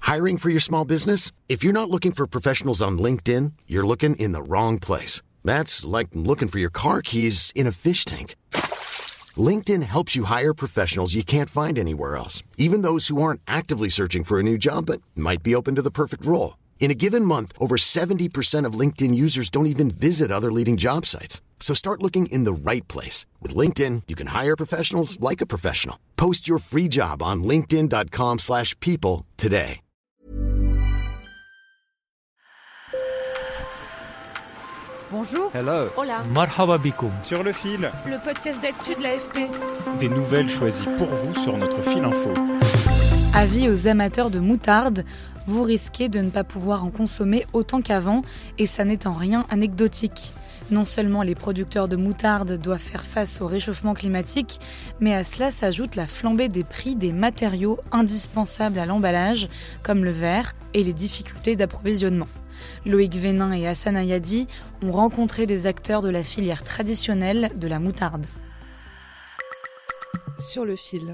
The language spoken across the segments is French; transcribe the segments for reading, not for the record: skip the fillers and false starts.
Hiring for your small business? If you're not looking for professionals on LinkedIn, you're looking in the wrong place. That's like looking for your car keys in a fish tank. LinkedIn helps you hire professionals you can't find anywhere else, even those who aren't actively searching for a new job but might be open to the perfect role. In a given month, over 70% of LinkedIn users don't even visit other leading job sites. So start looking in the right place. With LinkedIn, you can hire professionals like a professional. Post your free job on linkedin.com/people today. Bonjour. Hello. Hola. Marhaba bikoum. Sur le fil. Le podcast d'actu de l'AFP. Des nouvelles choisies pour vous sur notre fil info. Avis aux amateurs de moutarde, vous risquez de ne pas pouvoir en consommer autant qu'avant et ça n'est en rien anecdotique. Non seulement les producteurs de moutarde doivent faire face au réchauffement climatique, mais à cela s'ajoute la flambée des prix des matériaux indispensables à l'emballage, comme le verre et les difficultés d'approvisionnement. Loïc Vénin et Hassan Ayadi ont rencontré des acteurs de la filière traditionnelle de la moutarde. Sur le fil.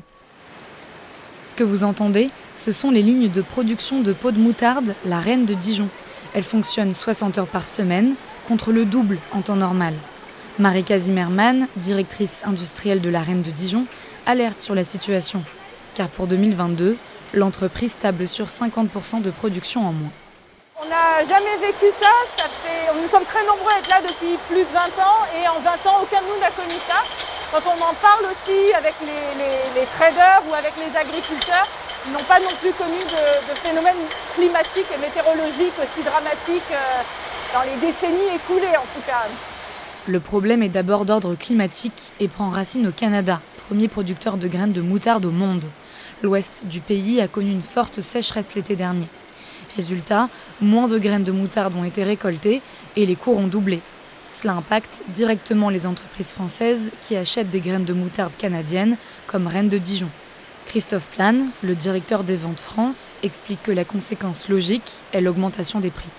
Ce que vous entendez, ce sont les lignes de production de pots de moutarde, la Reine de Dijon. Elles fonctionnent 60 heures par semaine, contre le double en temps normal. Marika Zimmermann, directrice industrielle de la Reine de Dijon, alerte sur la situation. Car pour 2022, l'entreprise table sur 50% de production en moins. On n'a jamais vécu ça, nous sommes très nombreux à être là depuis plus de 20 ans et en 20 ans, aucun de nous n'a connu ça. Quand on en parle aussi avec les traders ou avec les agriculteurs, ils n'ont pas non plus connu de phénomènes climatiques et météorologiques aussi dramatiques dans les décennies écoulées en tout cas. Le problème est d'abord d'ordre climatique et prend racine au Canada, premier producteur de graines de moutarde au monde. L'ouest du pays a connu une forte sécheresse l'été dernier. Résultat, moins de graines de moutarde ont été récoltées et les cours ont doublé. Cela impacte directement les entreprises françaises qui achètent des graines de moutarde canadiennes comme Reine de Dijon. Christophe Plane, le directeur des ventes France, explique que la conséquence logique est l'augmentation des prix.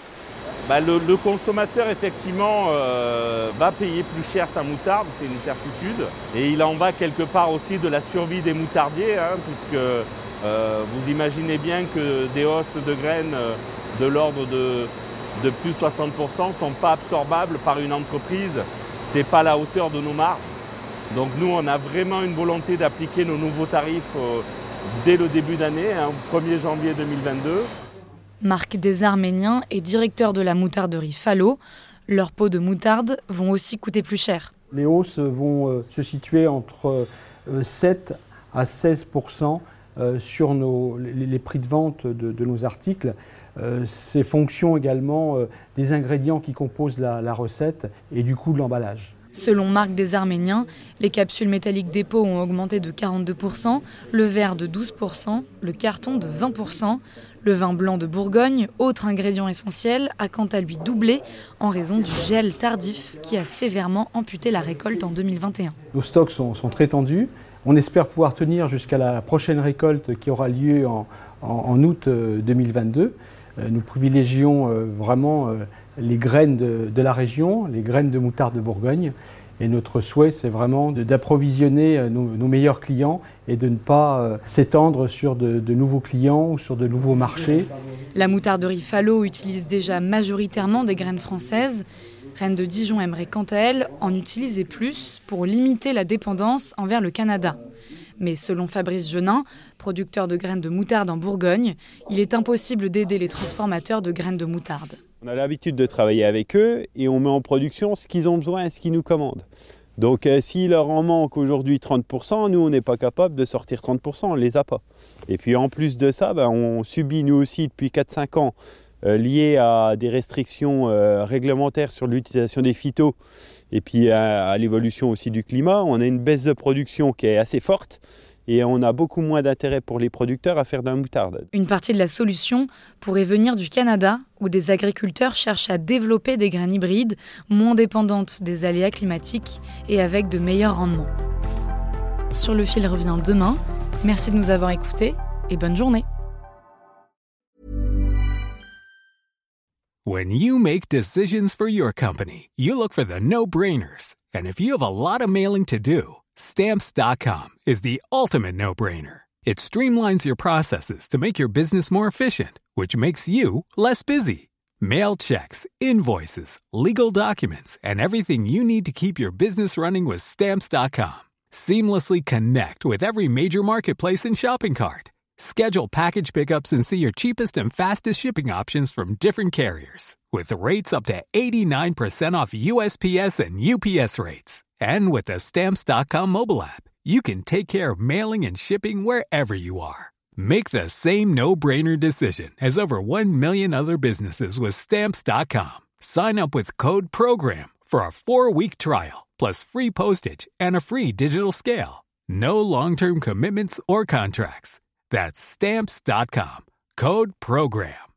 Le consommateur, effectivement, va payer plus cher sa moutarde, c'est une certitude. Et il en va quelque part aussi de la survie des moutardiers, puisque vous imaginez bien que des hausses de graines de l'ordre de plus 60% ne sont pas absorbables par une entreprise. Ce n'est pas à la hauteur de nos marges. Donc nous, on a vraiment une volonté d'appliquer nos nouveaux tarifs dès le début d'année, au 1er janvier 2022. Marc Desarméniens est directeur de la moutarderie Falot. Leurs pots de moutarde vont aussi coûter plus cher. Les hausses vont se situer entre 7 à 16% sur les prix de vente de nos articles. C'est fonction également des ingrédients qui composent la recette et du coût de l'emballage. Selon Marc Desarméniens, les capsules métalliques des pots ont augmenté de 42%, le verre de 12%, le carton de 20%. Le vin blanc de Bourgogne, autre ingrédient essentiel, a quant à lui doublé en raison du gel tardif qui a sévèrement amputé la récolte en 2021. Nos stocks sont très tendus. On espère pouvoir tenir jusqu'à la prochaine récolte qui aura lieu en août 2022. Nous privilégions vraiment les graines de la région, les graines de moutarde de Bourgogne. Et notre souhait, c'est vraiment d'approvisionner nos meilleurs clients et de ne pas s'étendre sur de nouveaux clients ou sur de nouveaux marchés. La moutarderie Falot utilise déjà majoritairement des graines françaises. Reine de Dijon aimerait quant à elle en utiliser plus pour limiter la dépendance envers le Canada. Mais selon Fabrice Genin, producteur de graines de moutarde en Bourgogne, il est impossible d'aider les transformateurs de graines de moutarde. On a l'habitude de travailler avec eux et on met en production ce qu'ils ont besoin et ce qu'ils nous commandent. Donc s'il leur en manque aujourd'hui 30%, nous on n'est pas capable de sortir 30%, on ne les a pas. Et puis en plus de ça, on subit nous aussi depuis 4-5 ans liées à des restrictions réglementaires sur l'utilisation des phytos et puis à l'évolution aussi du climat. On a une baisse de production qui est assez forte et on a beaucoup moins d'intérêt pour les producteurs à faire de la moutarde. Une partie de la solution pourrait venir du Canada, où des agriculteurs cherchent à développer des graines hybrides, moins dépendantes des aléas climatiques et avec de meilleurs rendements. Sur le fil revient demain. Merci de nous avoir écoutés et bonne journée. When you make decisions for your company, you look for the no-brainers. And if you have a lot of mailing to do, Stamps.com is the ultimate no-brainer. It streamlines your processes to make your business more efficient, which makes you less busy. Mail checks, invoices, legal documents, and everything you need to keep your business running with Stamps.com. Seamlessly connect with every major marketplace and shopping cart. Schedule package pickups and see your cheapest and fastest shipping options from different carriers, with rates up to 89% off USPS and UPS rates. And with the Stamps.com mobile app, you can take care of mailing and shipping wherever you are. Make the same no-brainer decision as over 1 million other businesses with Stamps.com. Sign up with code PROGRAM for a 4-week trial, plus free postage and a free digital scale. No long-term commitments or contracts. That's Stamps.com. Code PROGRAM.